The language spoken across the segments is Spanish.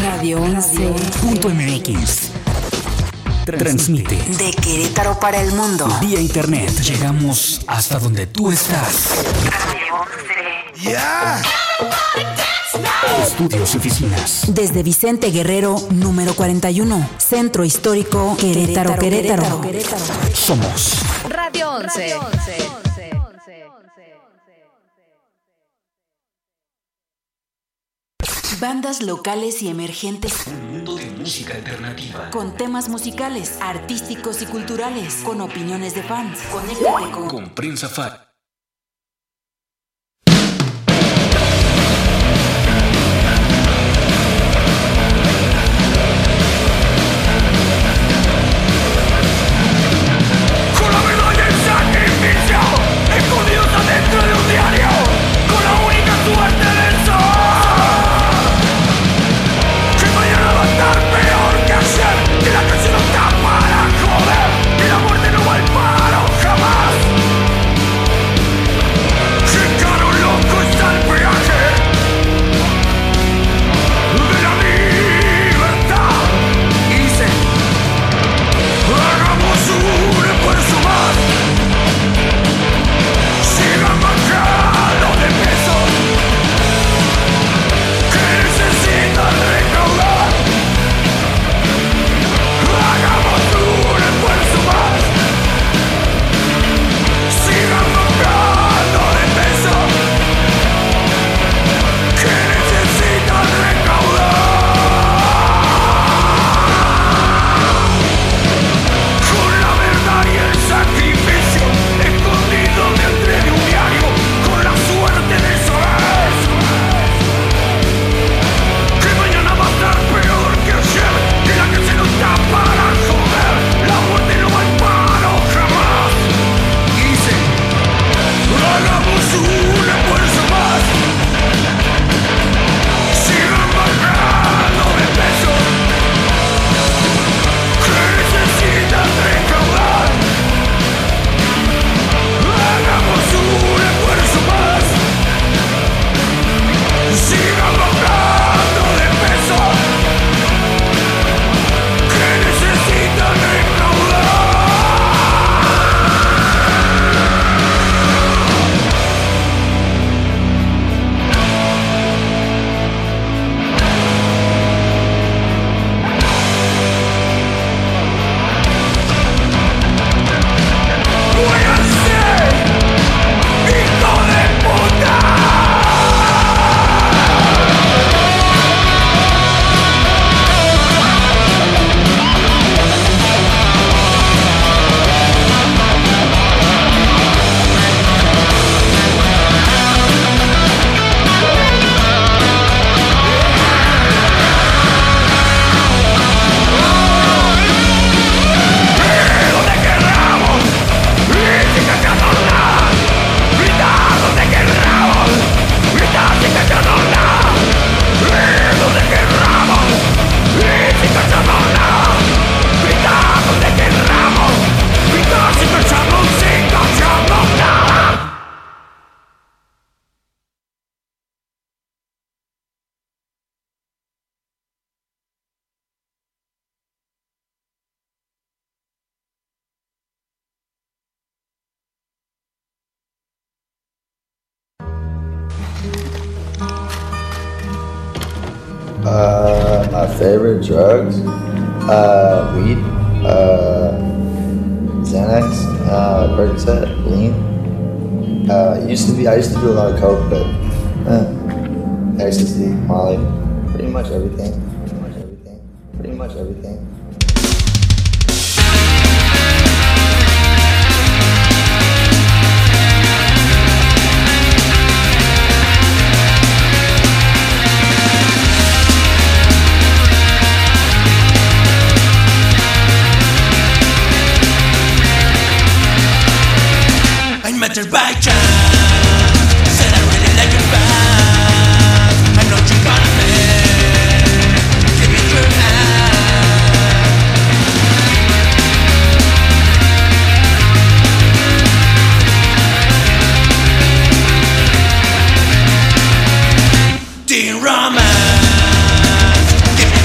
Radio11.mx. Transmite de Querétaro para el mundo vía internet. Llegamos hasta donde tú estás. Radio 11. Yeah. Estudios y oficinas. Desde Vicente Guerrero, número 41, Centro Histórico, Querétaro. Somos Radio 11. Bandas locales y emergentes un mundo de música alternativa. con temas musicales, artísticos y culturales, con opiniones de fans. Conéctate Con Prensa Fat. Con la verdad y el sacrificio, escondidos adentro de un diario, con la única suerte del sol. Que mañana va a estar peor que ayer, que la canción no está para joder, que la muerte no va al paro jamás. Que caro loco está el peaje de la libertad. Y dice: hagamos un esfuerzo más. Sigan bajando de peso que necesitan recaudar. Hagamos un esfuerzo más. Sigan bajando de peso que necesitan recaudar. Con la verdad y el sacrificio, escondido dentro de un diario, con la suerte de saber que mañana va a estar peor que ayer, que la que se no está para joder, la muerte no va al paro jamás. Y dice: hagamos un esfuerzo más. Sigan bajando de peso que necesitan recaudar. Hagamos un esfuerzo más. Sigan bajando de peso que necesitan recaudar. ¡Muéranse, hijo de puta! Donde querramos, y sin callarnos nada. Gritar donde querramos, gritar sin callarnos nada. Donde querramos, y sin callarnos nada. Gritar donde querramos, gritar sin callarnos nada. My favorite drugs, weed, Xanax, Percocet, lean. I used to do a lot of coke, but ecstasy, Molly, pretty much everything. I met her by chance. Said I really like your back. I know you're gonna make. Give it your hand. Teen romance. Give me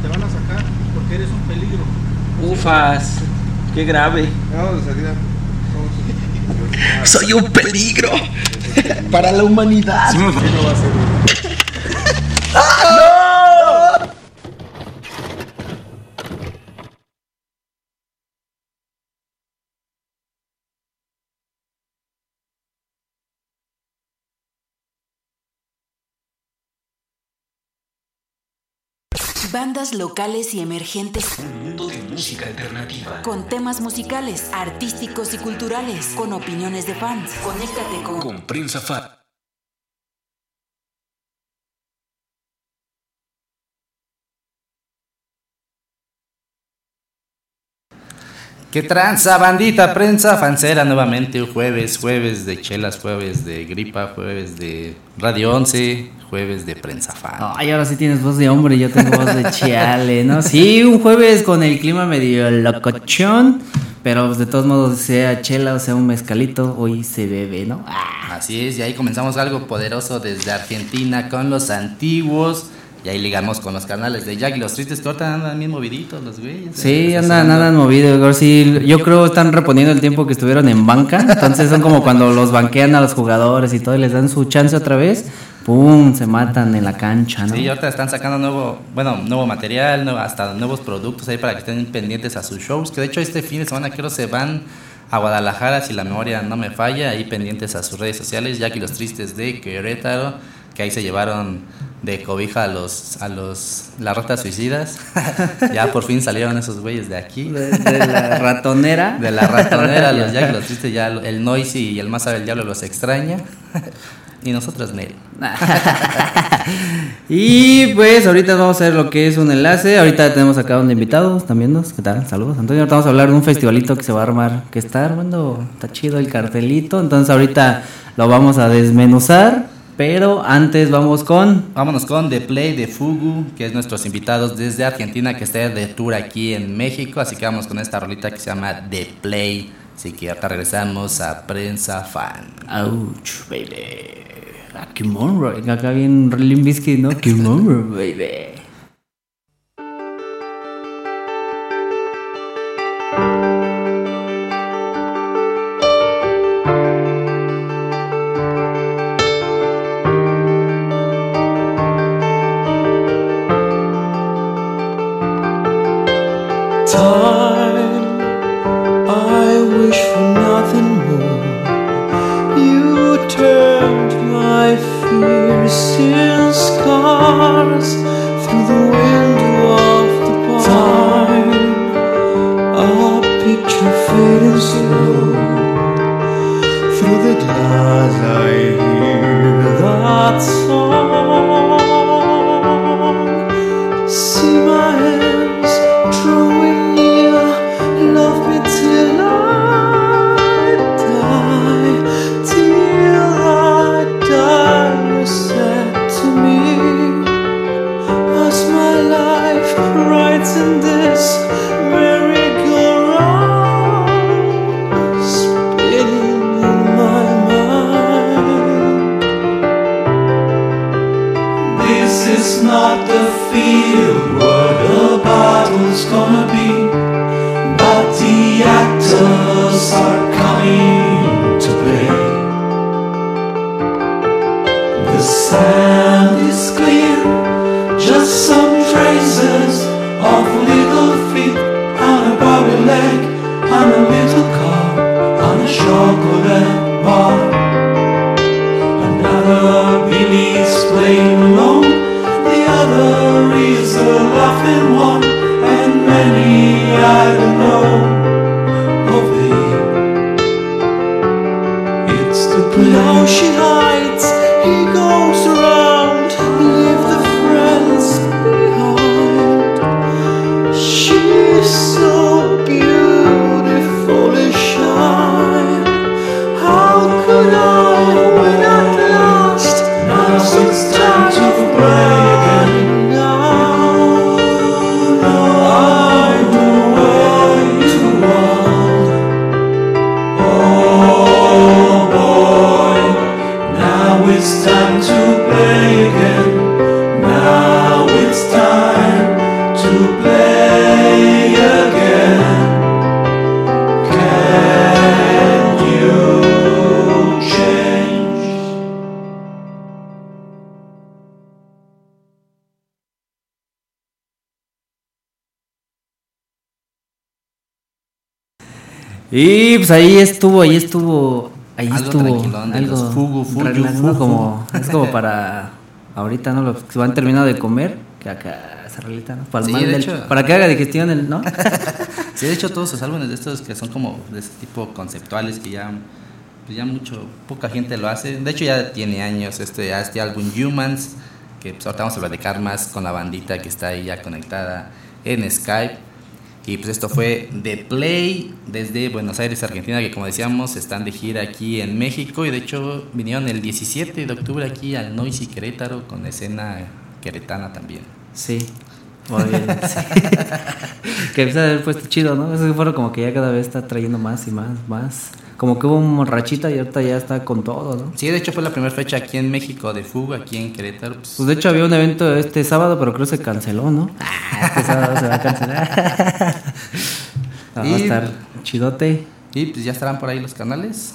te van a sacar porque eres un peligro. Ufas, qué grave. Vamos de salida. Soy un peligro para la humanidad. Sí, no va a ser. Bandas locales y emergentes Un mundo de música alternativa. con temas musicales, artísticos y culturales, con opiniones de fans. Conéctate Con Prensa Fan. ¿Qué tranza, bandita, prensa fancera? Nuevamente un jueves de chelas, jueves de gripa, jueves de Radio 11, jueves de Prensa Fan. Ay, ahora sí tienes voz de hombre, yo tengo voz de chale, ¿no? Sí, un jueves con el clima medio locochón, pero de todos modos, sea chela o sea un mezcalito, hoy se bebe, ¿no? Así es, y ahí comenzamos algo poderoso desde Argentina con los antiguos. Y ahí ligamos con los canales de Jack y los Tristes, que ahorita andan bien moviditos los güeyes. Sí, andan movidos. Sí, yo creo que están reponiendo el tiempo que estuvieron en banca. Entonces son como cuando los banquean a los jugadores y todo, y les dan su chance otra vez. ¡Pum! Se matan en la cancha, ¿no? Sí, ahorita están sacando nuevo material, hasta nuevos productos ahí para que estén pendientes a sus shows. Que de hecho este fin de semana creo se van a Guadalajara, si la memoria no me falla, ahí pendientes a sus redes sociales. Jack y los Tristes de Querétaro, que ahí se llevaron de cobija a los las ratas suicidas. Ya por fin salieron esos güeyes de aquí. De la ratonera. De la ratonera, los Jack y los Tristes, ya el Noisy y el Más sabe el diablo los extraña. Y nosotros, Nel. Y pues ahorita vamos a ver lo que es un enlace. Ahorita tenemos acá un invitado, ¿están viendo? ¿Qué tal? Saludos, Antonio. Ahorita vamos a hablar de un festivalito que se va a armar, que está armando, está chido el cartelito. Entonces ahorita lo vamos a desmenuzar. Pero antes vámonos con The Play de Fugu, que es nuestros invitados desde Argentina, que está de tour aquí en México. Así que vamos con esta rolita que se llama The Play. Así que ahorita regresamos a Prensa Fan. Ouch, baby. Kimon, acá bien Limp Bizkit, ¿no? Kimon, baby. Y pues ahí estuvo. Algo tranquilón de los fugu, ¿no? Como, es como para ahorita, ¿no? Los que van terminando de comer, que acá se relita, ¿no? Para, Sí, para que haga digestión, ¿no? Sí, de hecho todos sus álbumes de estos que son como de ese tipo conceptuales que ya poca gente lo hace. De hecho ya tiene años este álbum Humans, que pues ahorita vamos a platicar más con la bandita que está ahí ya conectada en Skype. Y pues esto fue The Play desde Buenos Aires, Argentina, que como decíamos están de gira aquí en México y de hecho vinieron el 17 de octubre aquí al Noisy Querétaro con escena queretana también. Sí, muy bien. Sí. Que empieza a haber puesto chido, ¿no? Eso fueron como que ya cada vez está trayendo más y más. Como que hubo un rachita y ahorita ya está con todo, ¿no? Sí, de hecho fue la primera fecha aquí en México de Fugu, aquí en Querétaro. Pues de hecho había un evento este sábado, pero creo que se canceló, ¿no? Este sábado se va a cancelar. Va a estar chidote. Y pues ya estarán por ahí los canales.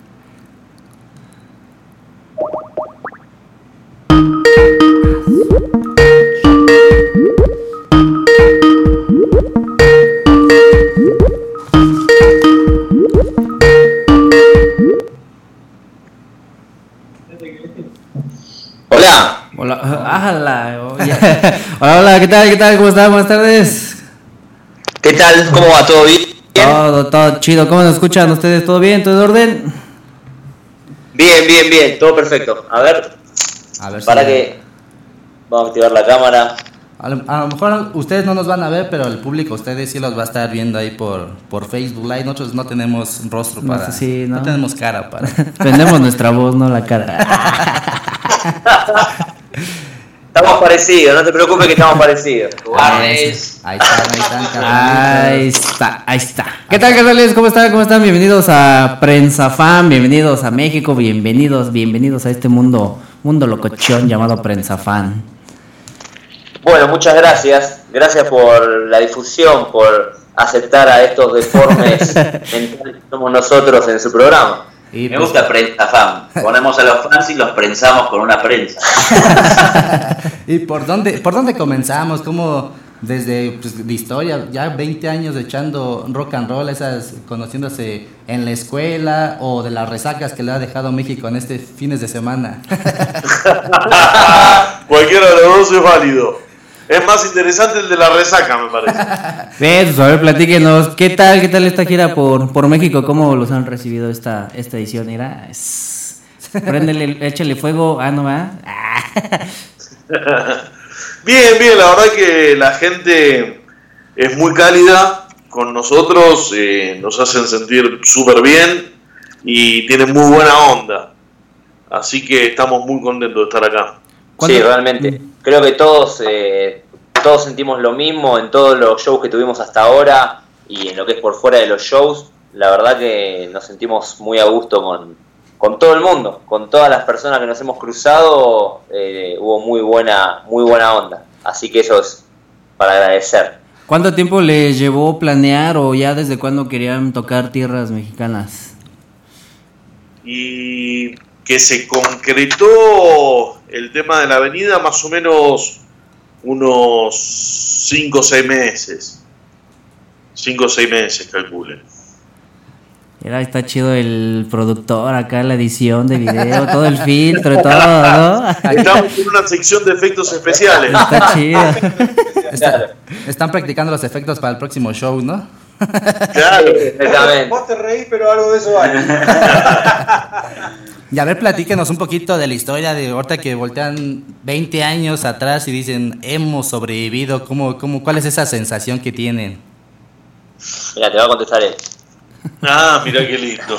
Hola, ¿qué tal? ¿Cómo están? Buenas tardes. ¿Qué tal? ¿Cómo va? ¿Todo bien? Todo chido. ¿Cómo nos escuchan ustedes? ¿Todo bien? ¿Todo en orden? Bien. Todo perfecto. A ver para si que... Vamos a activar la cámara. A lo mejor ustedes no nos van a ver, pero el público, ustedes sí los va a estar viendo ahí por Facebook Live. Nosotros no tenemos rostro para... No tenemos cara para... Vendemos nuestra voz, no la cara. Estamos parecidos, no te preocupes que estamos parecidos. Ahí está. ¿Qué tal, carnales? ¿Cómo están? Bienvenidos a Prensa Fan, bienvenidos a México, bienvenidos a este mundo locochón llamado Prensa Fan. Bueno, muchas gracias. Gracias por la difusión, por aceptar a estos deformes mentales que somos nosotros en su programa. Y me gusta Prensa Fan. Ponemos a los fans y los prensamos con una prensa. ¿Y por dónde comenzamos? ¿Cómo desde de historia, ya 20 años echando rock and roll, esas conociéndose en la escuela o de las resacas que le ha dejado México en este fines de semana? Cualquiera de los dos es válido. Es más interesante el de la resaca, me parece. Pues, a ver, platíquenos, ¿qué tal esta gira por México? ¿Cómo los han recibido esta edición? Mira, préndele, échale fuego, no va. Bien, la verdad que la gente es muy cálida con nosotros, nos hacen sentir súper bien y tienen muy buena onda. Así que estamos muy contentos de estar acá. Sí, realmente. Creo que todos sentimos lo mismo en todos los shows que tuvimos hasta ahora y en lo que es por fuera de los shows. La verdad que nos sentimos muy a gusto con todo el mundo, con todas las personas que nos hemos cruzado. Hubo muy buena onda. Así que eso es para agradecer. ¿Cuánto tiempo les llevó planear o ya desde cuándo querían tocar tierras mexicanas? Y que se concretó el tema de la avenida más o menos unos 5 o 6 meses. 5 o 6 meses, calculen. Está chido el productor acá, la edición de video, todo el filtro y todo, ¿no? Estamos en una sección de efectos especiales. Está chido. Están practicando los efectos para el próximo show, ¿no? Claro. Vos te reís, pero algo de eso vale. Y a ver, platíquenos un poquito de la historia de ahorita que voltean 20 años atrás y dicen, hemos sobrevivido. ¿Cuál es esa sensación que tienen? Mira, te va a contestar él. Mira qué lindo.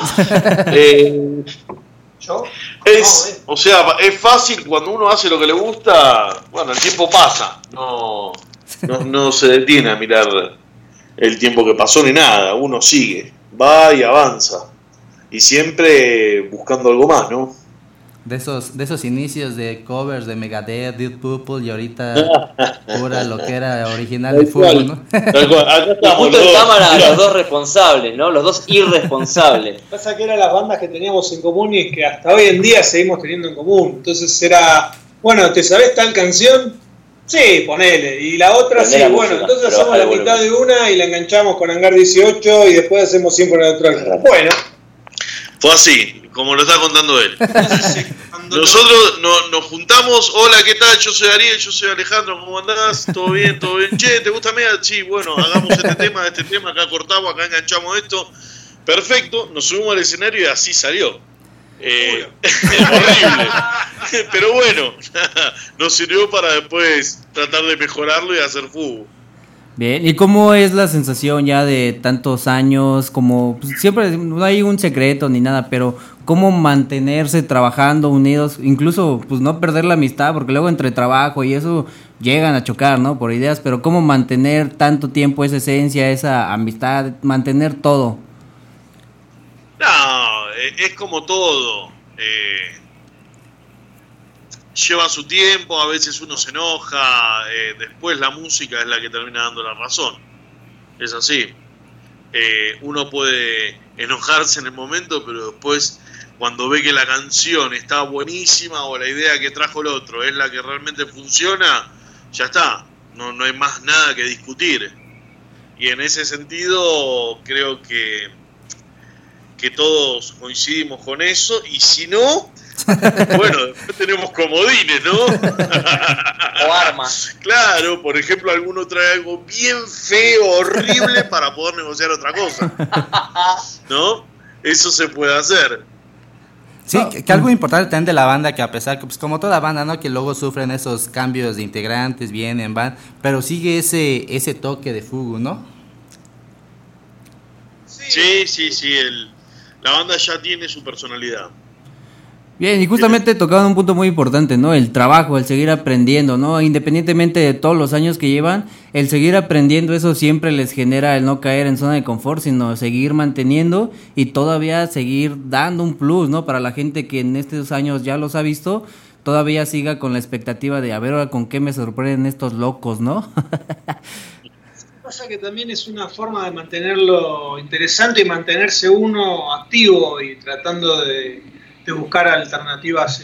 O sea, es fácil cuando uno hace lo que le gusta. Bueno, el tiempo pasa. No se detiene a mirar el tiempo que pasó ni nada. Uno sigue, va y avanza. Y siempre buscando algo más, ¿no? De esos inicios de covers de Megadeth, Deep Purple y ahorita pura lo que era original de Fugu, ¿no? Y justo en cámara los dos responsables, ¿no? Los dos irresponsables. Pasa que eran las bandas que teníamos en común y que hasta hoy en día seguimos teniendo en común. Entonces era, bueno, ¿te sabés tal canción? Sí, ponele. Y la otra, Prende sí, la bueno, música, entonces pero hacemos la baja el mitad de una y la enganchamos con Hangar 18 y después hacemos siempre neutral. Bueno. Fue así, como lo está contando él. Nosotros nos juntamos, hola, ¿qué tal? Yo soy Ariel, yo soy Alejandro, ¿cómo andás? ¿Todo bien? ¿Todo bien? Che, ¿te gusta Mega? Sí, bueno, hagamos este tema, acá cortamos, acá enganchamos esto. Perfecto, nos subimos al escenario y así salió. Horrible. Pero bueno, nos sirvió para después tratar de mejorarlo y hacer fútbol. Bien, ¿y cómo es la sensación ya de tantos años? Como pues, siempre no hay un secreto ni nada, pero cómo mantenerse trabajando unidos, incluso pues no perder la amistad, porque luego entre trabajo y eso llegan a chocar, ¿no? Por ideas, pero cómo mantener tanto tiempo esa esencia, esa amistad, mantener todo. No, es como todo. Lleva su tiempo, a veces uno se enoja, después la música es la que termina dando la razón. Es así. Uno puede enojarse en el momento, pero después cuando ve que la canción está buenísima o la idea que trajo el otro es la que realmente funciona, ya está. No hay más nada que discutir. Y en ese sentido creo que todos coincidimos con eso, y si no, bueno, después tenemos comodines, ¿no? O armas. Claro, por ejemplo, alguno trae algo bien feo, horrible, para poder negociar otra cosa, ¿no? Eso se puede hacer. Sí, que algo importante también de la banda, que a pesar que, pues como toda banda, ¿no? Que luego sufren esos cambios de integrantes, vienen, van, pero sigue ese toque de Fugu, ¿no? Sí, la banda ya tiene su personalidad. Bien, y justamente tocaban un punto muy importante, ¿no? El trabajo, el seguir aprendiendo, ¿no? Independientemente de todos los años que llevan, el seguir aprendiendo, eso siempre les genera el no caer en zona de confort, sino seguir manteniendo y todavía seguir dando un plus, ¿no? Para la gente que en estos años ya los ha visto, todavía siga con la expectativa de a ver ahora con qué me sorprenden estos locos, ¿no? Pasa que también es una forma de mantenerlo interesante y mantenerse uno activo y tratando de buscar alternativas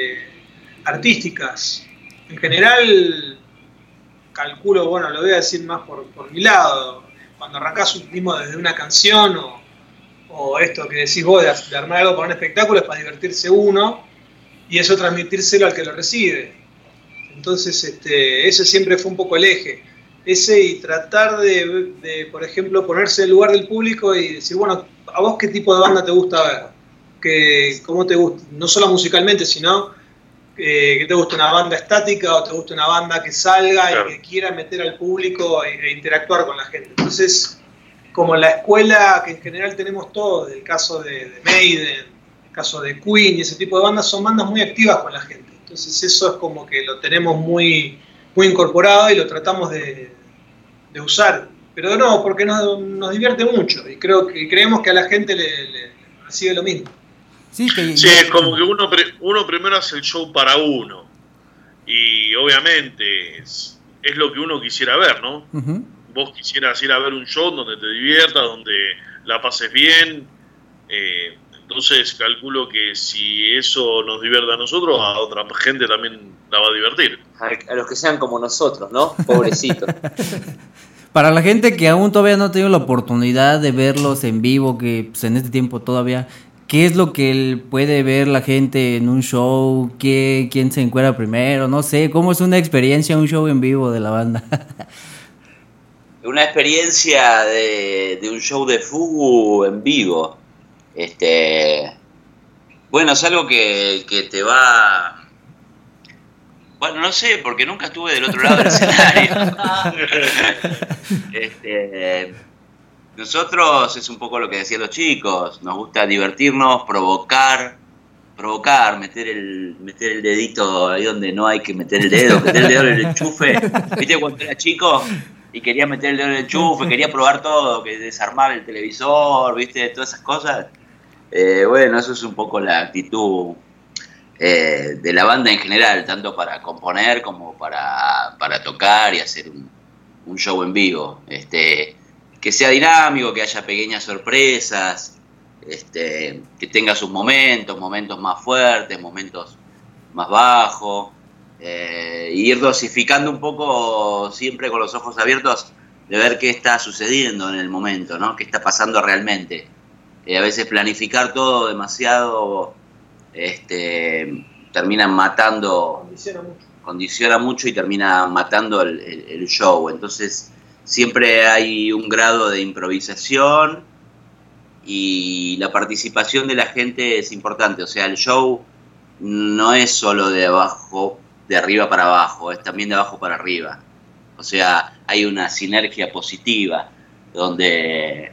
artísticas. En general, calculo, bueno, lo voy a decir más por mi lado, cuando arrancás mismo desde una canción o esto que decís vos de armar algo para un espectáculo, es para divertirse uno y eso transmitírselo al que lo recibe. Entonces, ese siempre fue un poco el eje. Ese y tratar de, por ejemplo, ponerse en el lugar del público y decir, bueno, ¿a vos qué tipo de banda te gusta ver? ¿Cómo te gusta? No solo musicalmente, sino que te gusta una banda estática o te gusta una banda que salga, claro, y que quiera meter al público e interactuar con la gente. Entonces, como la escuela que en general tenemos todos, el caso de Maiden, el caso de Queen y ese tipo de bandas, son bandas muy activas con la gente. Entonces eso es como que lo tenemos muy incorporado y lo tratamos de usar, pero no, porque nos divierte mucho y creemos que a la gente le recibe lo mismo. Sí, es como que uno primero hace el show para uno y obviamente es lo que uno quisiera ver, ¿no? Uh-huh. Vos quisieras ir a ver un show donde te diviertas, donde la pases bien, entonces calculo que si eso nos divierte a nosotros, a otra gente también la va a divertir. A los que sean como nosotros, ¿no? Pobrecitos. Para la gente que aún todavía no ha tenido la oportunidad de verlos en vivo, que pues, en este tiempo todavía, ¿qué es lo que puede ver la gente en un show? ¿Quién se encuentra primero? No sé, ¿cómo es una experiencia, un show en vivo de la banda? Una experiencia de un show de Fugu en vivo. Bueno, es algo que te va... Bueno, no sé, porque nunca estuve del otro lado del escenario. Nosotros, es un poco lo que decían los chicos, nos gusta divertirnos, provocar, meter el dedito ahí donde no hay que meter el dedo en el enchufe. ¿Viste cuando era chico y quería meter el dedo en el enchufe, quería probar todo, que desarmar el televisor, ¿viste? Todas esas cosas. Bueno, eso es un poco la actitud de la banda en general, tanto para componer como para tocar y hacer un show en vivo. Que sea dinámico, que haya pequeñas sorpresas, que tenga sus momentos más fuertes, momentos más bajos. Ir dosificando un poco, siempre con los ojos abiertos, de ver qué está sucediendo en el momento, ¿no? Qué está pasando realmente. A veces planificar todo demasiado termina matando, condiciona mucho y termina matando el show. Entonces siempre hay un grado de improvisación y la participación de la gente es importante. O sea, el show no es solo de arriba para abajo, es también de abajo para arriba. O sea, hay una sinergia positiva donde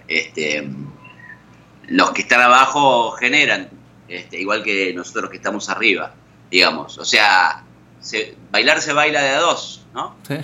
los que están abajo generan, igual que nosotros que estamos arriba, digamos. O sea, bailar se baila de a dos, ¿no? Sí.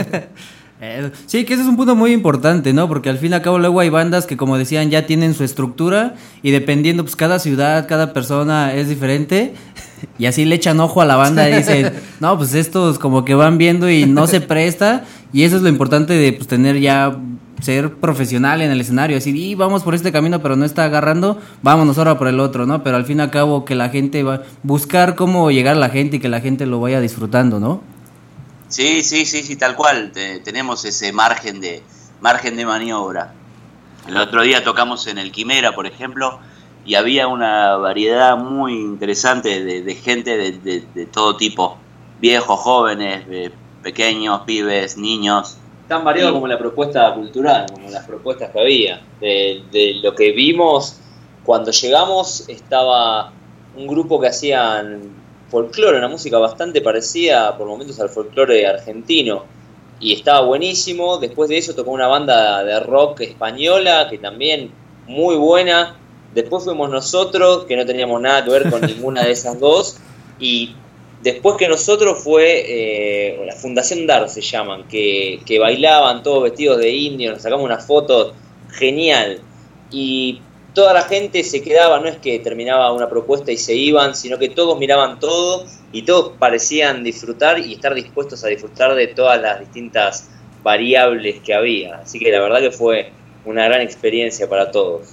Sí, que ese es un punto muy importante, ¿no? Porque al fin y al cabo luego hay bandas que, como decían, ya tienen su estructura y dependiendo, pues cada ciudad, cada persona es diferente y así le echan ojo a la banda y dicen, no, pues estos como que van viendo y no se presta, y eso es lo importante de pues tener ya, ser profesional en el escenario, decir, y vamos por este camino pero no está agarrando, vámonos ahora por el otro, ¿no? Pero al fin y al cabo que la gente va a buscar cómo llegar a la gente y que la gente lo vaya disfrutando, ¿no? Sí, tal cual. Tenemos ese margen de maniobra. El otro día tocamos en el Quimera, por ejemplo, y había una variedad muy interesante de gente de todo tipo, viejos, jóvenes, pequeños, pibes, niños. Tan variado como la propuesta cultural, como las propuestas que había. De lo que vimos cuando llegamos, estaba un grupo que hacían folclore, una música bastante parecida por momentos al folclore argentino, y estaba buenísimo. Después de eso tocó una banda de rock española que también muy buena. Después fuimos nosotros, que no teníamos nada que ver con ninguna de esas dos, y después que nosotros fue la Fundación Dar, se llaman, que bailaban todos vestidos de indios, nos sacamos unas fotos, genial, y toda la gente se quedaba, no es que terminaba una propuesta y se iban, sino que todos miraban todo y todos parecían disfrutar y estar dispuestos a disfrutar de todas las distintas variables que había. Así que la verdad que fue una gran experiencia para todos.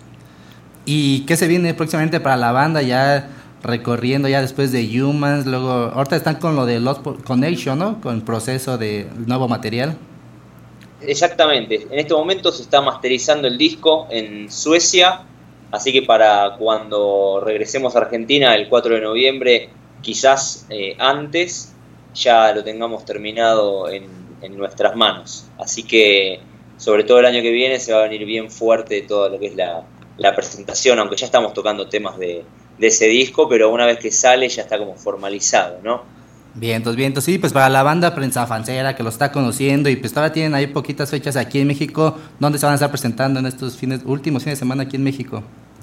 ¿Y qué se viene próximamente para la banda ya recorriendo ya después de Humans? Luego, ahorita están con lo de Lost Connection, ¿no? Con el proceso de nuevo material. Exactamente. En este momento se está masterizando el disco en Suecia. Así que para cuando regresemos a Argentina el 4 de noviembre, quizás antes, ya lo tengamos terminado en nuestras manos. Así que sobre todo el año que viene se va a venir bien fuerte todo lo que es la presentación, aunque ya estamos tocando temas de ese disco, pero una vez que sale ya está como formalizado, ¿no? Vientos, sí, pues para la banda Prensa Fancera que lo está conociendo, y pues todavía tienen ahí poquitas fechas aquí en México, ¿dónde se van a estar presentando en estos últimos fines de semana aquí en México?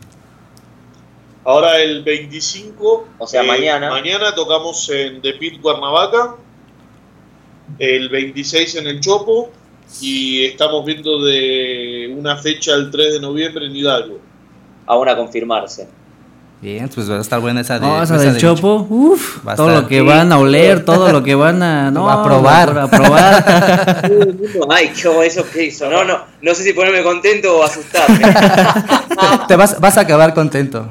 Ahora el 25, o sea, mañana tocamos en The Pit, Cuernavaca, el 26 en el Chopo, y estamos viendo de una fecha el 3 de noviembre en Hidalgo. Aún a confirmarse. Bien, pues va a estar buena esa esa del Chopo. Todo lo que van a oler, todo lo que van a probar. A probar. Ay, ¿qué hizo? No sé si ponerme contento o asustarme. Te vas a acabar contento.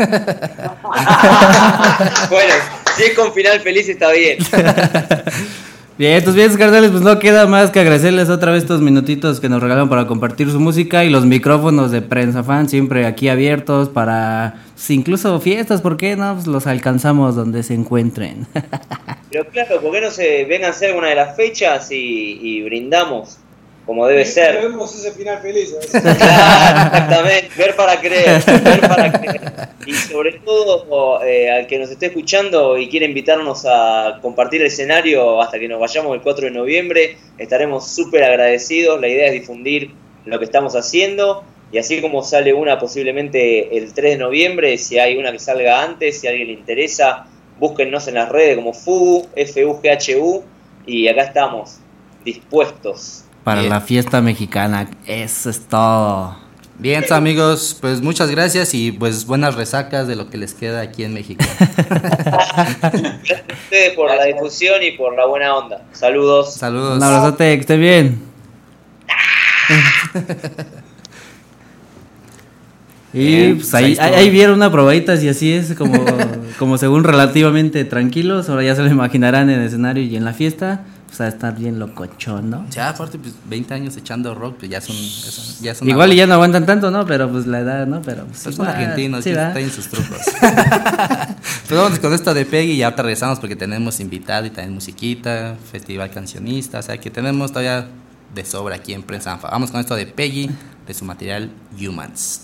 Bueno, si es con final feliz está bien. Bien, estos bien, carnales, pues no queda más que agradecerles otra vez estos minutitos que nos regalaron para compartir su música, y los micrófonos de Prensa Fan siempre aquí abiertos para incluso fiestas, ¿por qué no? Pues los alcanzamos donde se encuentren. Pero claro, ¿por qué no se vengan a hacer alguna de las fechas y brindamos como debe ser? Vemos ese final feliz. Claro, exactamente, ver para creer. Y sobre todo, al que nos esté escuchando y quiere invitarnos a compartir el escenario hasta que nos vayamos el 4 de noviembre, estaremos súper agradecidos. La idea es difundir lo que estamos haciendo, y así como sale una posiblemente el 3 de noviembre, si hay una que salga antes, si a alguien le interesa, búsquennos en las redes como FUGHU, FUGHU, y acá estamos, dispuestos. Para la fiesta mexicana, eso es todo. Bien, amigos, pues muchas gracias y pues buenas resacas de lo que les queda aquí en México. Gracias a ustedes por la difusión y por la buena onda. Saludos. Un abrazote, que esté bien. Y pues ahí vieron una probadita, y así es como según relativamente tranquilos. Ahora ya se lo imaginarán en el escenario y en la fiesta. Pues a estar bien locochón, ¿no? Ya, aparte, pues 20 años echando rock, pues ya son igual y ya no aguantan tanto, ¿no? Pero pues la edad, ¿no? Pero pues son argentinos, sí, tienen sus trucos. Pero vamos con esto de Peggy y ahorita regresamos porque tenemos invitado y también musiquita, festival cancionista, o sea que tenemos todavía de sobra aquí en Prensa Anfa. Vamos con esto de Peggy, de su material Humans.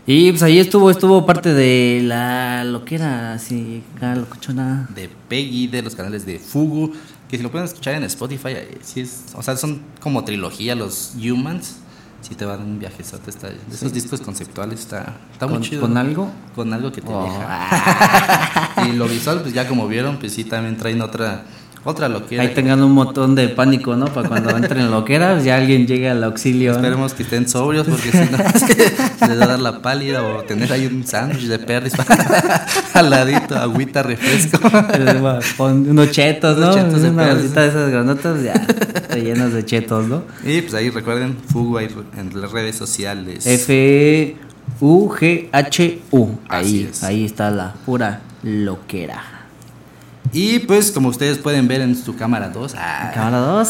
Y pues ahí estuvo parte de la loquera, así, locochona. De Peggy, de los canales de Fugu, que si lo pueden escuchar en Spotify, sí o sea, son como trilogía los Humans. Sí te van un viajezote, de esos discos conceptuales, está muy chido. ¿Con algo? Con algo que te deja. Y lo visual, pues ya como vieron, pues sí también traen otra loquera. Ahí tengan un montón de pánico, ¿no? Para cuando entren en loquera, pues ya alguien llegue al auxilio. Esperemos que estén sobrios, porque si no, les va a dar la pálida, o tener ahí un sándwich de perris al ladito, agüita, refresco. Con unos chetos, ¿no? Chetos de una bolsita de esas granotas, ya, rellenas de chetos, ¿no? Y pues ahí recuerden, Fugu ahí en las redes sociales. FUGHU. Ahí está la pura loquera. Y pues como ustedes pueden ver en su cámara 2, cámara 2,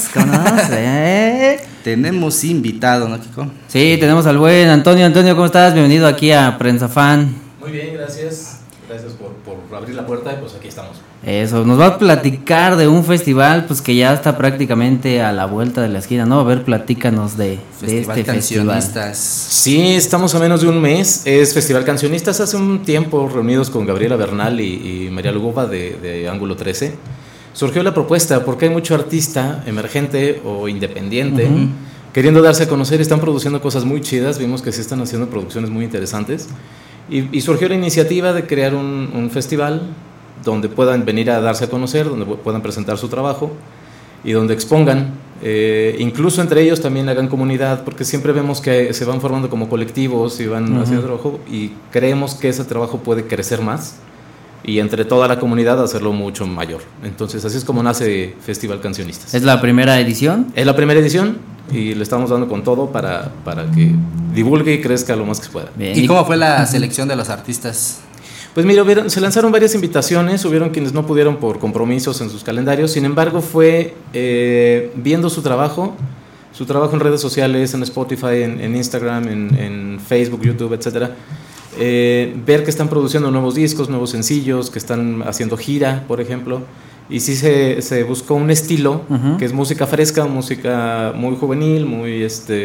tenemos invitado, ¿no, Kiko? Sí, tenemos al buen Antonio. Antonio, ¿cómo estás? Bienvenido aquí a Prensa Fan. Muy bien, gracias. Gracias por abrir la puerta y pues aquí estamos. Eso, nos va a platicar de un festival pues que ya está prácticamente a la vuelta de la esquina, ¿no? A ver, platícanos de este festival. Sí, estamos a menos de un mes. Es Festival Cancionistas. Hace un tiempo, reunidos con Gabriela Bernal y María Lugoba de Ángulo 13, surgió la propuesta porque hay mucho artista emergente o independiente queriendo darse a conocer. Están produciendo cosas muy chidas. Vimos que sí están haciendo producciones muy interesantes. Y surgió la iniciativa de crear un festival donde puedan venir a darse a conocer, donde puedan presentar su trabajo y donde expongan, incluso entre ellos también hagan comunidad, porque siempre vemos que se van formando como colectivos y van haciendo trabajo, y creemos que ese trabajo puede crecer más y entre toda la comunidad hacerlo mucho mayor. Entonces así es como nace Festival Cancionistas. ¿Es la primera edición? Es la primera edición y le estamos dando con todo para que divulgue y crezca lo más que se pueda. Bien. ¿Y cómo fue la selección de los artistas? Pues mira, se lanzaron varias invitaciones, hubieron quienes no pudieron por compromisos en sus calendarios. Sin embargo, fue viendo su trabajo en redes sociales, en Spotify, en Instagram, en Facebook, YouTube, etcétera. Ver que están produciendo nuevos discos, nuevos sencillos, que están haciendo gira, por ejemplo. Y sí se buscó un estilo que es música fresca, música muy juvenil, muy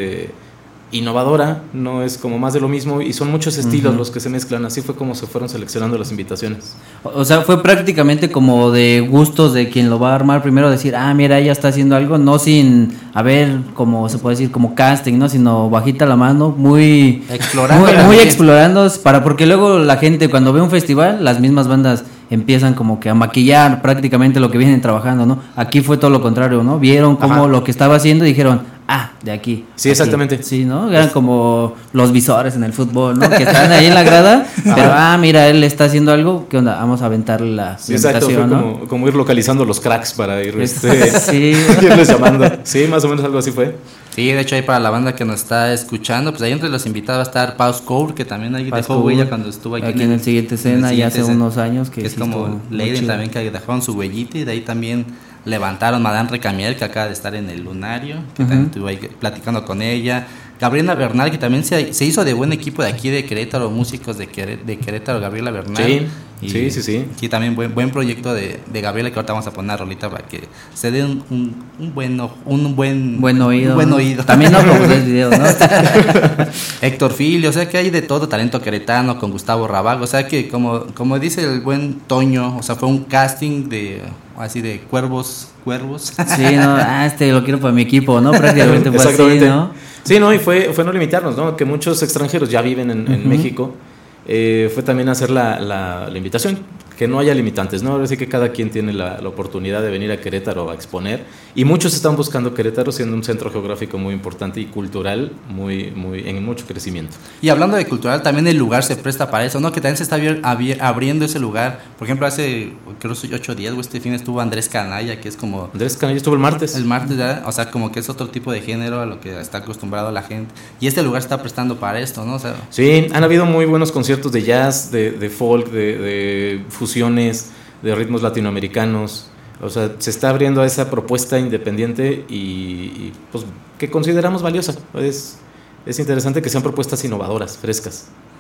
innovadora, no es como más de lo mismo, y son muchos estilos los que se mezclan. Así fue como se fueron seleccionando las invitaciones. O sea, fue prácticamente como de gustos de quien lo va a armar, primero decir, mira, ella está haciendo algo, no sin haber, como se puede decir, como casting, ¿no? Sino bajita la mano, muy explorando, porque luego la gente cuando ve un festival, las mismas bandas empiezan como que a maquillar prácticamente lo que vienen trabajando, ¿no? Aquí fue todo lo contrario, ¿no? Vieron como lo que estaba haciendo y dijeron, de aquí. Sí, exactamente. Sí, ¿no? Eran como los visores en el fútbol, ¿no? Que están ahí en la grada, pero mira, él está haciendo algo, ¿qué onda? Vamos a aventarle la invitación, fue ¿no? como ir localizando los cracks para irles llamando. Sí, más o menos algo así fue. Sí, de hecho ahí para la banda que nos está escuchando, pues ahí entre los invitados va a estar Pause Code, que también ahí dejó huella cuando estuvo aquí en el Siguiente Escena, ya hace unos años. Que es como Leiden también, que dejaron su huellita, y de ahí también levantaron Madame Recamier, que acaba de estar en el Lunario, que también estuve ahí platicando con ella. Gabriela Bernal, que también se hizo de buen equipo de aquí de Querétaro, músicos de Querétaro, Gabriela Bernal. Sí. Sí, también buen proyecto de Gabriela, que ahorita vamos a poner una rolita para que se dé un buen oído. Un buen oído. También no como los videos, ¿no? Héctor Filio, o sea que hay de todo talento queretano con Gustavo Rabago, o sea que como dice el buen Toño, o sea, fue un casting de cuervos. Sí, no, lo quiero para mi equipo, ¿no? Prácticamente fue así, ¿no? Sí, no, y fue no limitarnos, ¿no? Que muchos extranjeros ya viven en México. Fue también hacer la invitación, que no haya limitantes, ¿no? Ahora sí que cada quien tiene la oportunidad de venir a Querétaro a exponer, y muchos están buscando Querétaro siendo un centro geográfico muy importante y cultural en mucho crecimiento. Y hablando de cultural, también el lugar se presta para eso, ¿no? Que también se está abriendo ese lugar. Por ejemplo, hace creo 8 días o este fin estuvo Andrés Canalla, que es como... Andrés Canalla estuvo el martes, ¿verdad? O sea, como que es otro tipo de género a lo que está acostumbrado la gente, y este lugar se está prestando para esto, ¿no? O sea, sí, han habido muy buenos conciertos de jazz, de folk, de fusiones, de ritmos latinoamericanos. O sea, se está abriendo a esa propuesta independiente y pues que consideramos valiosa. Es interesante que sean propuestas innovadoras, frescas.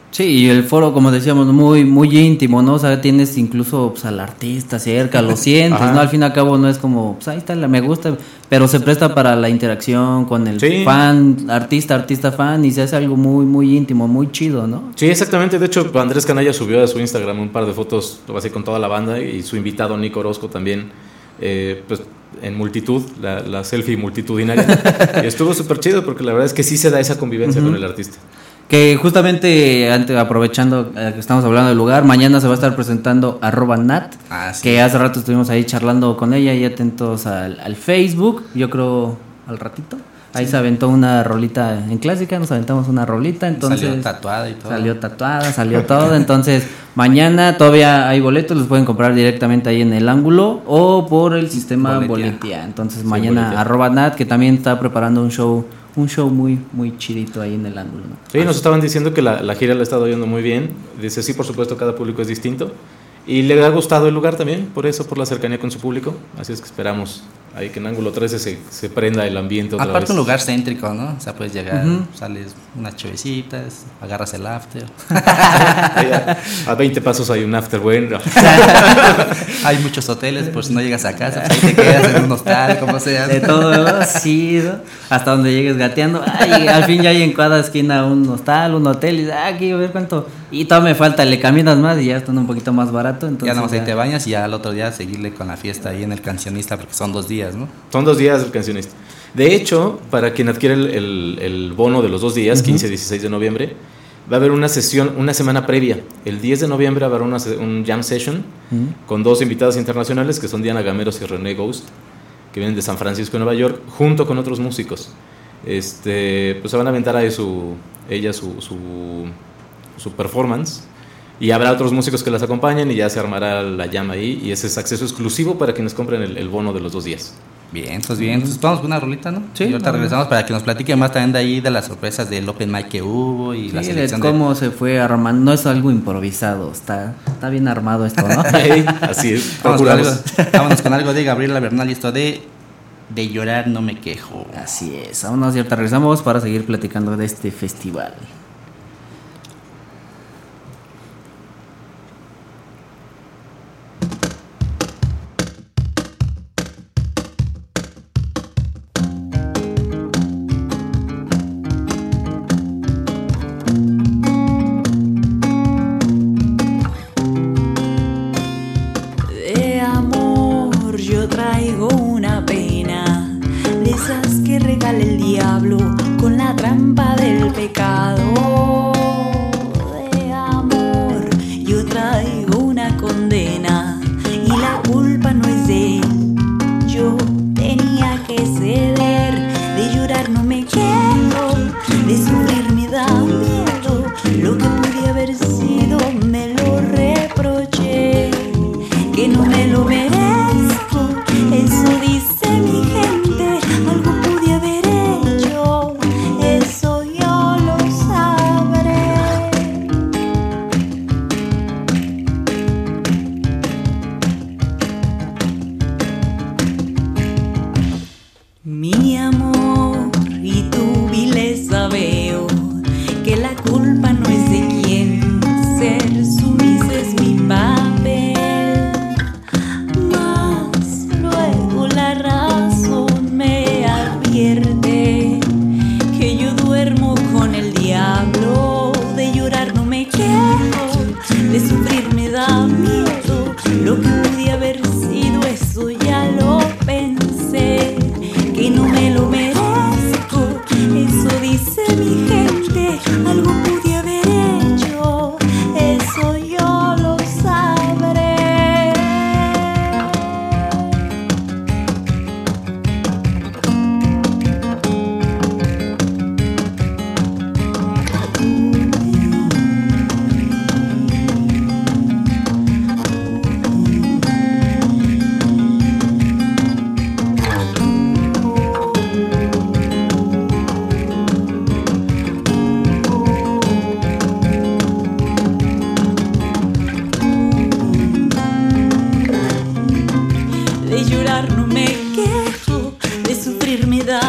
Sí, y el foro, como decíamos, muy muy íntimo, ¿no? O sea, tienes incluso pues, al artista cerca, lo sientes, ¿no? Al fin y al cabo no es como, pues ahí está, me gusta, pero se presta para la interacción con el fan, artista, fan, y se hace algo muy muy íntimo, muy chido, ¿no? Sí, exactamente. De hecho, Andrés Canalla subió a su Instagram un par de fotos, así con toda la banda, y su invitado Nico Orozco también, pues en multitud, la selfie multitudinaria. Y estuvo súper chido porque la verdad es que sí se da esa convivencia con el artista. Que justamente, aprovechando que estamos hablando del lugar, mañana se va a estar presentando @Nat, que hace rato estuvimos ahí charlando con ella y atentos al Facebook, yo creo al ratito. Ahí se aventó una rolita en clásica, nos aventamos una rolita, entonces salió tatuada y todo. Salió todo, entonces mañana todavía hay boletos, los pueden comprar directamente ahí en el ángulo o por el sistema Boletia. Entonces mañana @Nat, que también está preparando un show muy muy chidito ahí en el ángulo, ¿no? Sí, nos estaban diciendo que la gira le ha estado yendo muy bien. Dice, sí, por supuesto, cada público es distinto. Y le ha gustado el lugar también, por eso, por la cercanía con su público. Así es que esperamos ahí que en Ángulo 13 se prenda el ambiente otra Aparte vez. Un lugar céntrico, ¿no? O sea, puedes llegar, sales unas chavecitas, agarras el after. A 20 pasos hay un after bueno. Hay muchos hoteles, por si no llegas a casa, pues ahí te quedas en un hostal, como sea. De todo, sí, ¿no? Hasta donde llegues gateando. Ay, al fin ya hay en cada esquina un hostal, un hotel. Y aquí a ver cuánto. Y todo me falta, le caminas más y ya están un poquito más barato. Entonces ya nada más ahí te bañas y ya al otro día seguirle con la fiesta ahí en el Cancionista, porque son 2 días, ¿no? Son 2 días el Cancionista. De hecho, para quien adquiere el bono de los 2 días, 15 y 16 de noviembre, va a haber una sesión, una semana previa. El 10 de noviembre va a haber un jam session con 2 invitados internacionales, que son Diana Gameros y René Ghost, que vienen de San Francisco, Nueva York, junto con otros músicos. Pues se van a aventar ahí su performance, y habrá otros músicos que las acompañen y ya se armará la llama ahí, y ese es acceso exclusivo para quienes compren el bono de los 2 días. Bien, entonces vamos con una rolita, ¿no? Sí. Y ahorita regresamos para que nos platique más también de ahí, de las sorpresas del open mic que hubo y la selección de cómo se fue armando. No es algo improvisado, está bien armado esto, ¿no? Así es. Vámonos con algo de Gabriela Bernal y esto de llorar no me quejo. Así es, vámonos y ahorita regresamos para seguir platicando de este festival.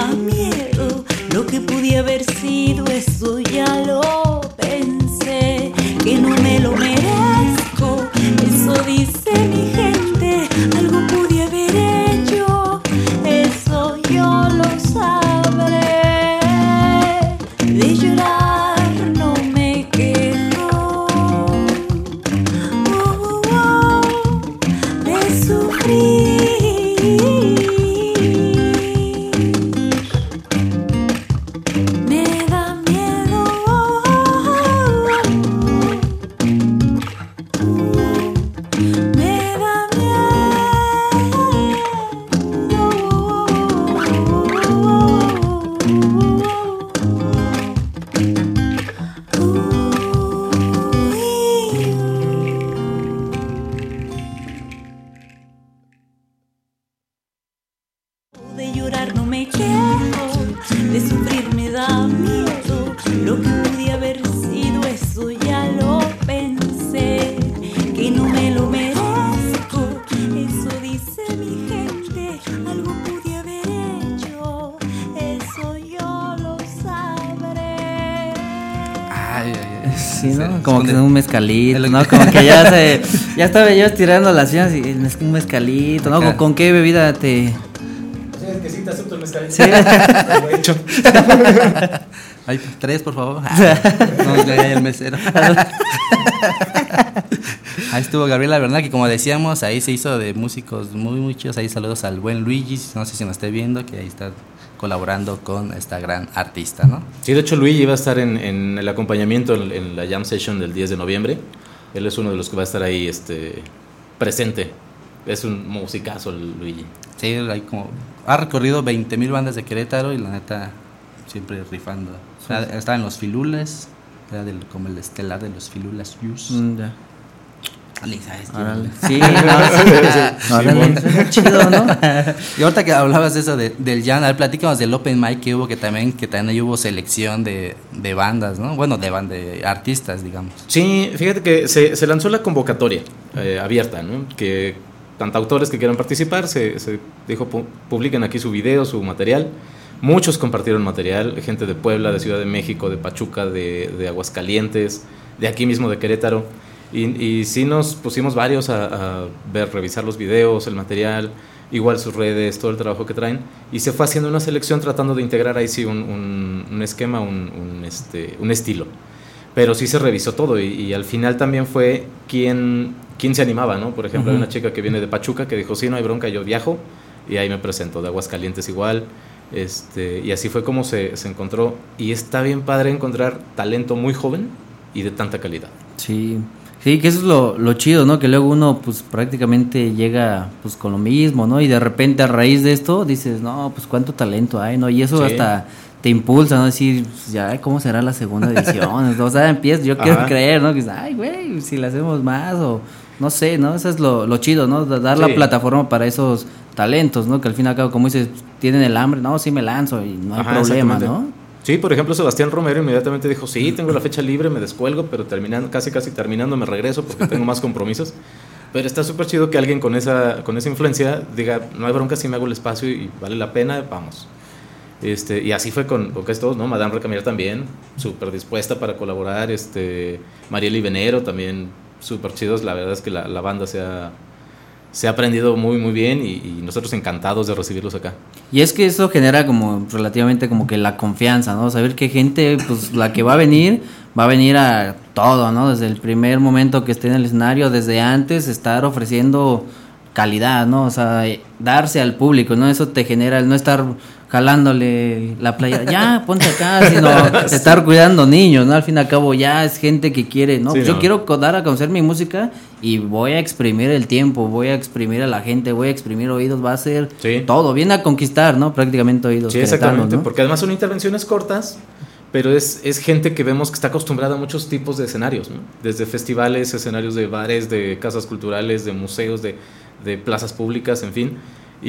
Lo que pude haber sido, eso ya lo pensé. Sí, ¿no? Como que un mezcalito, ¿no? Como que ya estaba yo estirando las uñas y un mezcalito, ¿no? ¿Con qué bebida te...? Que sí te acepto el mezcalito. Sí. Lo he hecho. Ay, 3, por favor. No, ya el mesero. Ahí estuvo Gabriela Bernal, que como decíamos, ahí se hizo de músicos muy, muy chidos. Ahí saludos al buen Luigi, no sé si nos esté viendo, que ahí está colaborando con esta gran artista, ¿no? Sí, de hecho Luigi va a estar en el acompañamiento en la Jam Session del 10 de noviembre. Él es uno de los que va a estar ahí presente. Es un musicazo el Luigi. Sí, hay como ha recorrido 20,000 bandas de Querétaro y la neta siempre rifando. O sea, estaba en los Filulas, era como el estelar de los Filulas Youth. Ya. Órale. Sí, órale, chido, ¿no? Y ahorita que hablabas de eso del Jam, a ver, platícanos del Open Mic que hubo, que también ahí hubo selección de bandas, ¿no? Bueno, de artistas, digamos. Sí, fíjate que se lanzó la convocatoria abierta, ¿no? Que cantautores que quieran participar, se dijo, publiquen aquí su video, su material. Muchos compartieron material, gente de Puebla, de Ciudad de México, de Pachuca, de Aguascalientes, de aquí mismo de Querétaro. Y sí nos pusimos varios a revisar los videos, el material, igual sus redes, todo el trabajo que traen. Y se fue haciendo una selección tratando de integrar ahí sí un esquema, un estilo. Pero sí se revisó todo y al final también fue quién se animaba, ¿no? Por ejemplo, hay una chica que viene de Pachuca que dijo, sí, no hay bronca, yo viajo y ahí me presento. De Aguascalientes igual. Y así fue como se encontró. Y está bien padre encontrar talento muy joven y de tanta calidad. Sí, que eso es lo chido, ¿no? Que luego uno pues prácticamente llega pues con lo mismo, ¿no? Y de repente a raíz de esto dices, no, pues cuánto talento hay, ¿no? Y eso hasta te impulsa, ¿no? Decir, pues, ya, ¿cómo será la segunda edición? O sea, yo quiero creer, ¿no? Que ay, güey, si la hacemos más o no sé, ¿no? Eso es lo chido, ¿no? Dar la plataforma para esos talentos, ¿no? Que al fin y al cabo, como dices, tienen el hambre, no, sí me lanzo y no hay problema, ¿no? Sí, por ejemplo, Sebastián Romero inmediatamente dijo, sí, tengo la fecha libre, me descuelgo, pero casi terminando me regreso porque tengo más compromisos. Pero está súper chido que alguien con esa influencia diga, no hay bronca si me hago el espacio y vale la pena, vamos. Y así fue con casi todos, ¿no? Madame Recamier también, súper dispuesta para colaborar, Marieli Venero también, súper chidos. La verdad es que la banda se ha aprendido muy muy bien y nosotros encantados de recibirlos acá. Y es que eso genera como relativamente como que la confianza, ¿no? Saber que gente, pues la que va a venir a todo, ¿no? Desde el primer momento que esté en el escenario, desde antes estar ofreciendo calidad, ¿no? O sea, darse al público, ¿no? Eso te genera el no estar jalándole la playa, ya, ponte acá, sino estar cuidando niños, ¿no? Al fin y al cabo ya es gente que quiere, ¿no? Sí, yo quiero dar a conocer mi música y voy a exprimir el tiempo, voy a exprimir a la gente, voy a exprimir oídos, va a ser todo, viene a conquistar, ¿no? Prácticamente oídos. Sí, exactamente, ¿no? Porque además son intervenciones cortas, pero es gente que vemos que está acostumbrada a muchos tipos de escenarios, ¿no? Desde festivales, escenarios de bares, de casas culturales, de museos, de plazas públicas, en fin,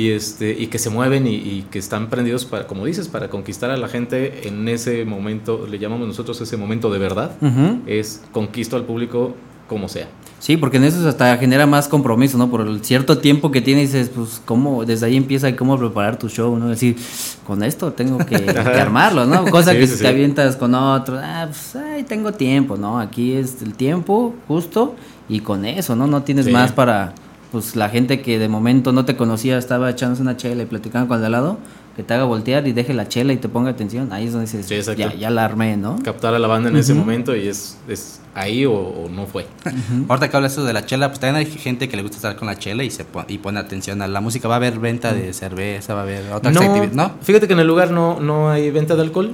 y que se mueven y que están prendidos para, como dices, para conquistar a la gente en ese momento, le llamamos nosotros ese momento de verdad, es conquisto al público como sea. Sí, porque en eso hasta genera más compromiso, ¿no? Por el cierto tiempo que tienes, dices, pues, ¿cómo? Desde ahí empieza cómo preparar tu show, ¿no? Es decir, con esto tengo que armarlo, ¿no? Cosa que si te avientas con otro, tengo tiempo, ¿no? Aquí es el tiempo justo y con eso, ¿no? No tienes más para, pues, la gente que de momento no te conocía, estaba echándose una chela y platicando con el de al lado, que te haga voltear y deje la chela y te ponga atención. Ahí es donde dices, ya la armé, ¿no? Captar a la banda en ese momento y es ahí o no fue. Ahorita que hablas de la chela, pues también hay gente que le gusta estar con la chela y pone atención a la música. Va a haber venta de cerveza, va a haber otras actividades, ¿no? Fíjate que en el lugar no hay venta de alcohol.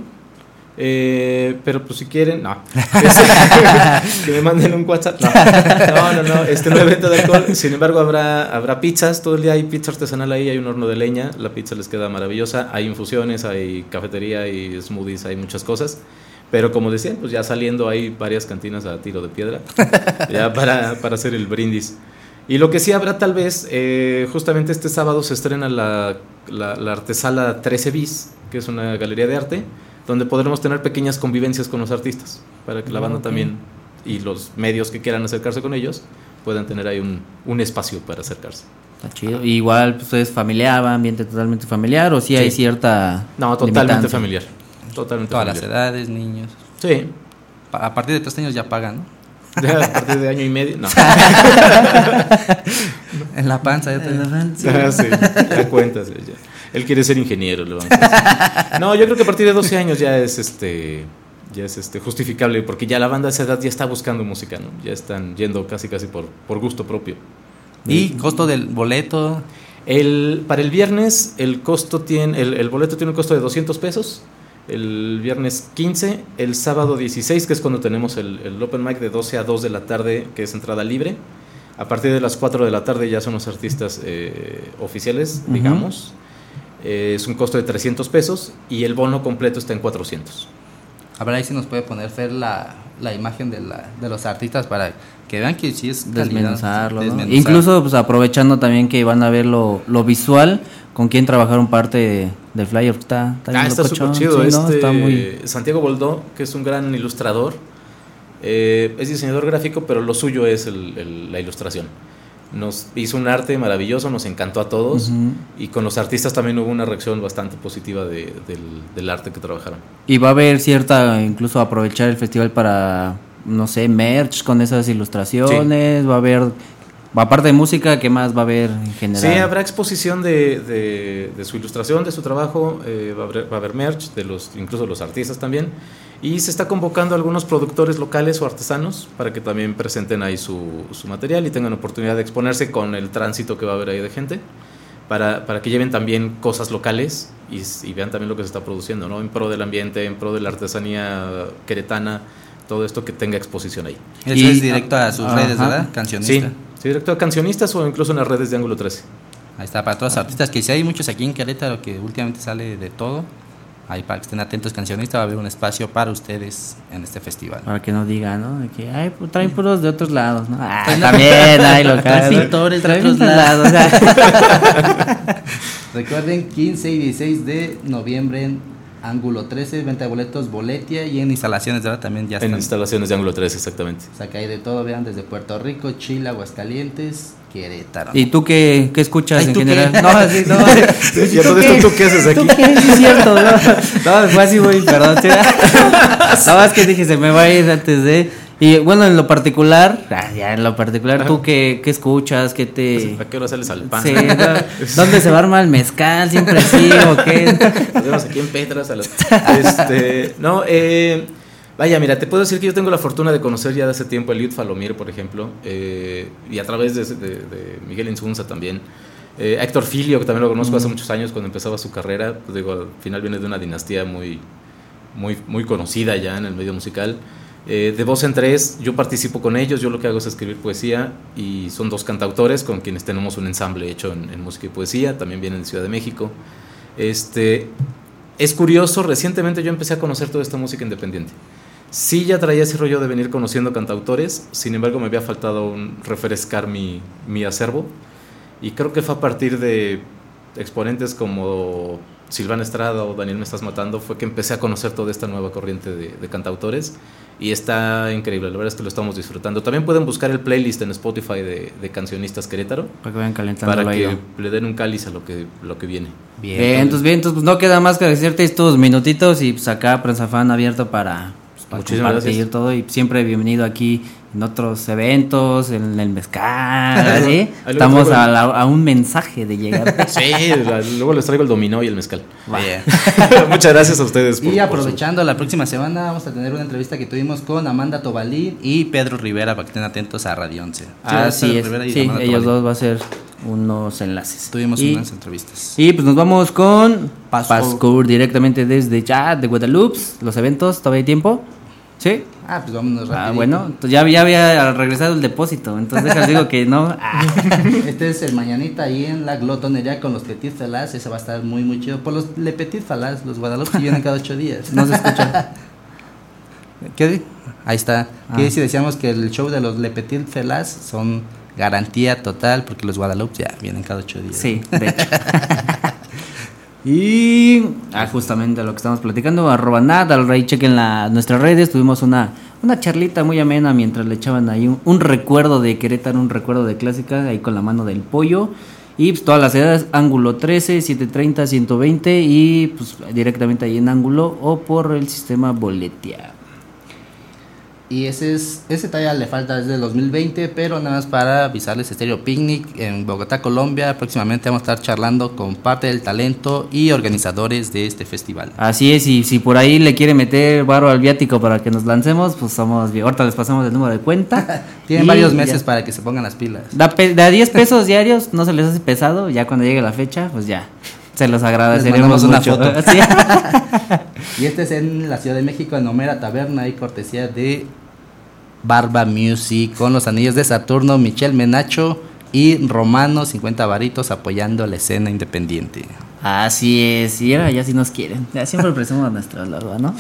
Pero pues si quieren, que me manden un WhatsApp. No hay venta de alcohol. Sin embargo habrá pizzas, todo el día hay pizza artesanal ahí, hay un horno de leña, la pizza les queda maravillosa, hay infusiones, hay cafetería, hay smoothies, hay muchas cosas. Pero como decían, pues ya saliendo hay varias cantinas a tiro de piedra ya para hacer el brindis. Y lo que sí habrá tal vez, justamente este sábado se estrena la Artesala 13 bis, que es una galería de arte, donde podremos tener pequeñas convivencias con los artistas, para que la banda también y los medios que quieran acercarse con ellos puedan tener ahí un espacio para acercarse. Está chido. Igual pues es familiar, ambiente totalmente familiar, o si hay cierta totalmente familiar. Totalmente todas familiar. las edades, niños. Sí. a partir de 3 años ya pagan, ¿no? Ya, a partir de año y medio, no. En la panza, ya te... Sí, ya cuentas. Ya. Él quiere ser ingeniero, le vamos a decir. No, yo creo que a partir de 12 años ya es justificable, porque ya la banda a esa edad ya está buscando música, ¿no? Ya están yendo casi por gusto propio. ¿Y costo del boleto? Para el viernes el boleto tiene un costo de 200 pesos. El viernes 15, el sábado 16, que es cuando tenemos el open mic de 12 a 2 de la tarde, que es entrada libre. A partir de las 4 de la tarde ya son los artistas oficiales, digamos. Es un costo de 300 pesos y el bono completo está en 400. A ver, ahí sí nos puede poner Fer la imagen de los artistas para que vean que sí es desmenuzarlo, ¿no? Incluso pues, aprovechando también que van a ver lo visual, con quien trabajaron parte del flyer. Está súper chido. Sí, ¿no? Está muy... Santiago Boldó, que es un gran ilustrador, es diseñador gráfico, pero lo suyo es la ilustración. Nos hizo un arte maravilloso, nos encantó a todos, y con los artistas también hubo una reacción bastante positiva del arte que trabajaron. Y va a haber incluso aprovechar el festival para, no sé, merch con esas ilustraciones, sí. Va a haber, aparte de música, ¿qué más va a haber en general? Sí, habrá exposición de su ilustración, de su trabajo, va a haber merch, incluso los artistas también. Y se está convocando a algunos productores locales o artesanos para que también presenten ahí su material y tengan oportunidad de exponerse con el tránsito que va a haber ahí de gente, para que lleven también cosas locales y vean también lo que se está produciendo, ¿no? En pro del ambiente, en pro de la artesanía queretana, todo esto que tenga exposición ahí. Eso es directo a sus redes, ¿verdad? Cancionista. Sí, directo a Cancionistas o incluso en las redes de Ángulo 13. Ahí está, para todos los artistas, que si hay muchos aquí en Querétaro que últimamente sale de todo. Ahí para que estén atentos, Cancionista, va a haber un espacio para ustedes en este festival. Para que no digan, ¿no? De que traen puros de otros lados, ¿no? También hay locales. Traen pintores de otros lados. Recuerden, 15 y 16 de noviembre en Ángulo 13, venta de boletos, Boletia, y en instalaciones, ¿verdad? También ya están. En instalaciones de Ángulo 13, exactamente. O sea, que hay de todo, vean, desde Puerto Rico, Chile, Aguascalientes, Querétaro. ¿Y tú qué escuchas en general? ¿Qué? No. ¿Y todo esto tú qué haces aquí? ¿Tú qué? Es cierto, no, fue así, muy, perdón. No, es que dije, se me va a ir antes de... Y bueno, en lo particular, ¿tú qué escuchas? ¿Qué te...? ¿A qué hora sales al pan? Sí, ¿dónde se va a armar el mezcal? ¿Siempre sí o qué? Nos vemos aquí en Petras a las... Vaya, mira, te puedo decir que yo tengo la fortuna de conocer ya de hace tiempo a Eliud Falomir, por ejemplo, y a través de Miguel Insunza también. Héctor Filio, que también lo conozco hace muchos años cuando empezaba su carrera, pues digo, al final viene de una dinastía muy, muy, muy conocida ya en el medio musical. De Voz en Tres, yo participo con ellos, yo lo que hago es escribir poesía y son 2 cantautores con quienes tenemos un ensamble hecho en música y poesía, también vienen de Ciudad de México. Es curioso, recientemente yo empecé a conocer toda esta música independiente. Sí, ya traía ese rollo de venir conociendo cantautores, sin embargo me había faltado refrescar mi acervo, y creo que fue a partir de exponentes como Silvana Estrada o Daniel Me Estás Matando, fue que empecé a conocer toda esta nueva corriente de cantautores, y está increíble, la verdad es que lo estamos disfrutando. También pueden buscar el playlist en Spotify de Cancionistas Querétaro, para que vayan calentando, para que le den un cáliz a lo que viene. Bien, entonces pues no queda más que agradecerte estos minutitos, y pues acá Prensa Fan abierto para compartir todo, y siempre bienvenido aquí en otros eventos, en el mezcal, ¿sí? Estamos a un mensaje de llegar. Sí, luego les traigo el dominó y el mezcal. Muchas gracias a ustedes. Y aprovechando, la próxima semana vamos a tener una entrevista que tuvimos con Amanda Tobalín y Pedro Rivera, para que estén atentos a Radio 11. Así es, sí, ellos dos va a ser unos enlaces. Tuvimos unas entrevistas. Y pues nos vamos con Pascour directamente desde de Guadalupe. Los eventos, ¿todavía hay tiempo? ¿Sí? Pues vámonos rápido. Bueno, ya había regresado el depósito, entonces les digo que no. Este es el mañanita ahí en la glotonería con los Petit Fellas. Ese va a estar muy, muy chido. Por los Le Petit Fellas, los Guadalupe vienen cada 8 días. No se escucha. ¿Qué? Ahí está. ¿Qué si decíamos que el show de los Le Petit Fellas son garantía total, porque los Guadalupe ya vienen cada 8 días? Sí, de hecho. Y justamente lo que estamos platicando, @Nadalrey, chequen nuestras redes. Tuvimos una charlita muy amena mientras le echaban ahí un recuerdo de Querétaro, un recuerdo de clásica, ahí con la mano del pollo. Y pues todas las edades, Ángulo 13, 730, 120, y pues directamente ahí en Ángulo o por el sistema Boletia. Y ese todavía le falta desde el 2020, pero nada más para avisarles, Estéreo Picnic en Bogotá, Colombia. Próximamente vamos a estar charlando con parte del talento y organizadores de este festival. Así es, y si por ahí le quiere meter varo al viático para que nos lancemos, pues somos bien. Ahorita les pasamos el número de cuenta. Tienen varios meses para que se pongan las pilas. De a 10 pesos diarios, no se les hace pesado, ya cuando llegue la fecha, pues ya. Se los agradeceremos mucho. Una foto. ¿Sí? Y este es en la Ciudad de México, en Homera Taberna, y cortesía de Barba Music, con los anillos de Saturno, Michelle Menacho y Romano, 50 varitos, apoyando la escena independiente. Así es, y ahora ya sí nos quieren. Ya siempre presumimos nuestro logo, ¿no?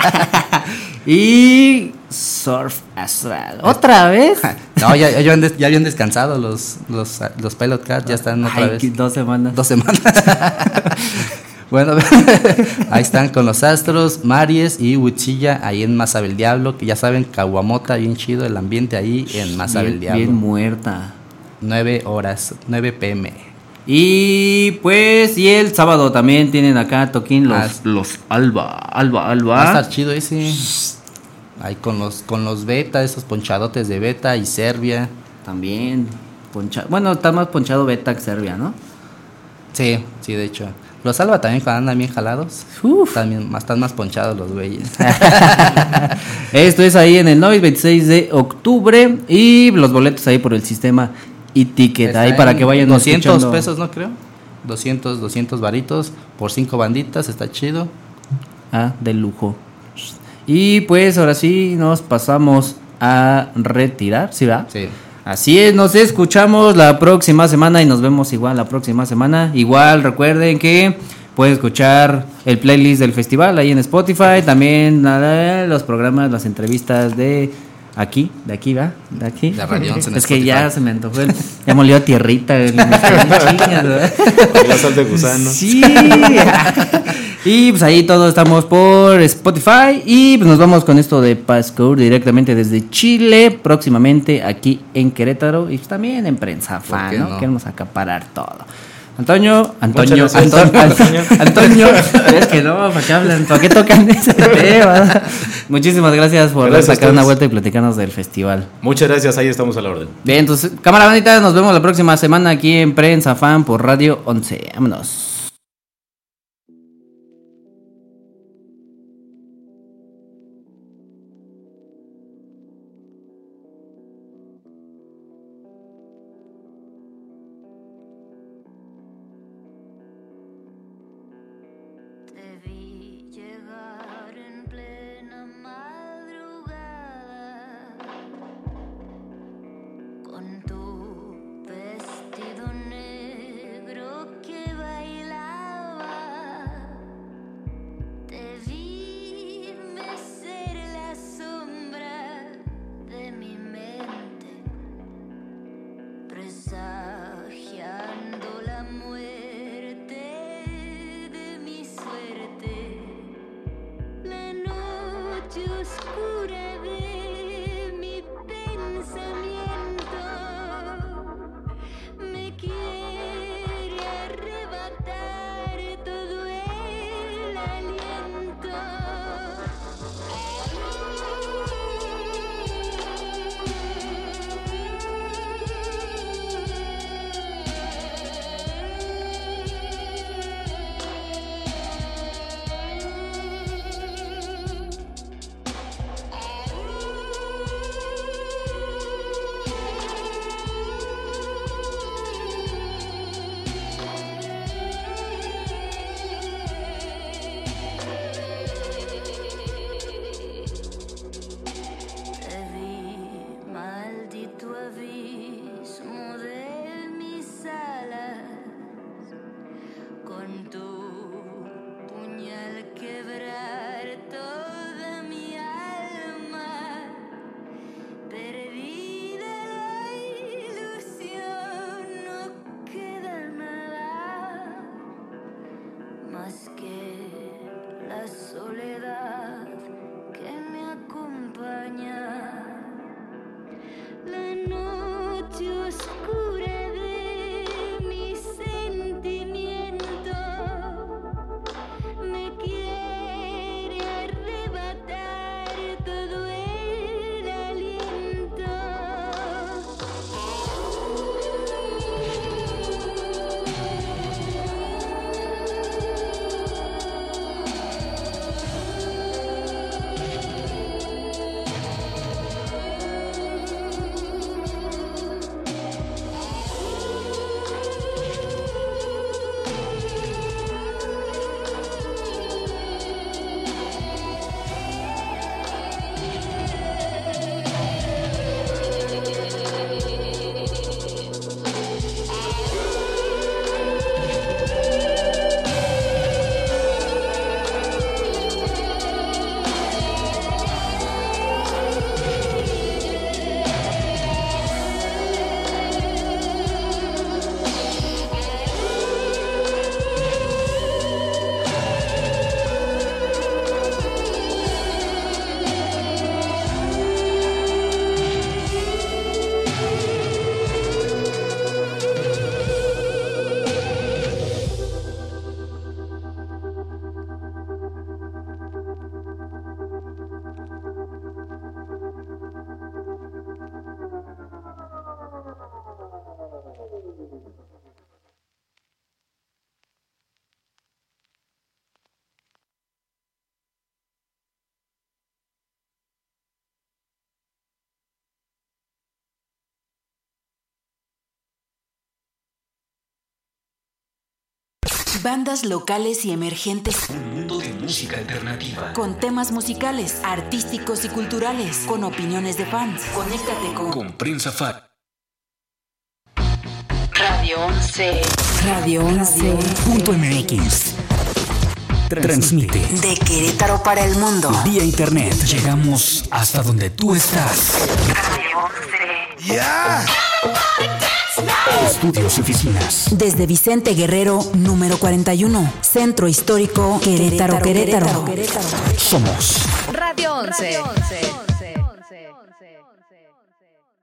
Y Surf Astral. ¿Otra vez? No, ya habían descansado los Pilot Cats, ya están otra vez. 2 semanas. 2 semanas. Bueno, ahí están con los Astros, Maries y Huichilla, ahí en Masa del Diablo, que ya saben, Caguamota, bien chido el ambiente ahí en Masa del Diablo. Bien muerta. 9 horas, 9 p.m. Y pues, y el sábado también tienen acá toquín los Alba. Va a estar chido ese. Ahí con los Beta, esos ponchadotes de Beta y Serbia. También, bueno, está más ponchado Beta que Serbia, ¿no? Sí, de hecho. Los Alba también cuando andan bien jalados. También están más ponchados los güeyes. Esto es ahí en el 26 de octubre. Y los boletos ahí por el sistema e-ticket. Ahí para que vayan 200 escuchando. pesos, ¿no creo? 200 varitos por 5 banditas, está chido. De lujo. Y pues ahora sí nos pasamos a retirar, ¿sí va? Sí. Así es, nos escuchamos la próxima semana y nos vemos igual la próxima semana. Igual recuerden que pueden escuchar el playlist del festival ahí en Spotify, también los programas, las entrevistas de aquí, ¿va? De aquí. La radio es que Spotify. Ya se me antojó, ya molió a tierrita. La sal de gusano. Sí. Y pues ahí todos estamos por Spotify. Y pues nos vamos con esto de Passcode directamente desde Chile. Próximamente aquí en Querétaro. Y pues también en Prensa Fan, ¿no? Queremos acaparar todo. Antonio. Es que no, ¿para qué hablan? ¿Para qué tocan ese tema? Muchísimas gracias por sacar una vuelta y platicarnos del festival. Muchas gracias, ahí estamos a la orden. Bien, entonces, cámara bandita, nos vemos la próxima semana aquí en Prensa Fan por Radio 11. Vámonos. Bandas locales y emergentes. Un mundo de música alternativa. Con temas musicales, artísticos y culturales. Con opiniones de fans. Conéctate con Prensa Fan. Radio 11. Radio 11.mx. Transmite de Querétaro para el mundo. Vía internet. Llegamos hasta donde tú estás. Radio 11. ¡Ya! Estudios y oficinas. Desde Vicente Guerrero, número 41. Centro Histórico, Querétaro. Somos Radio 11.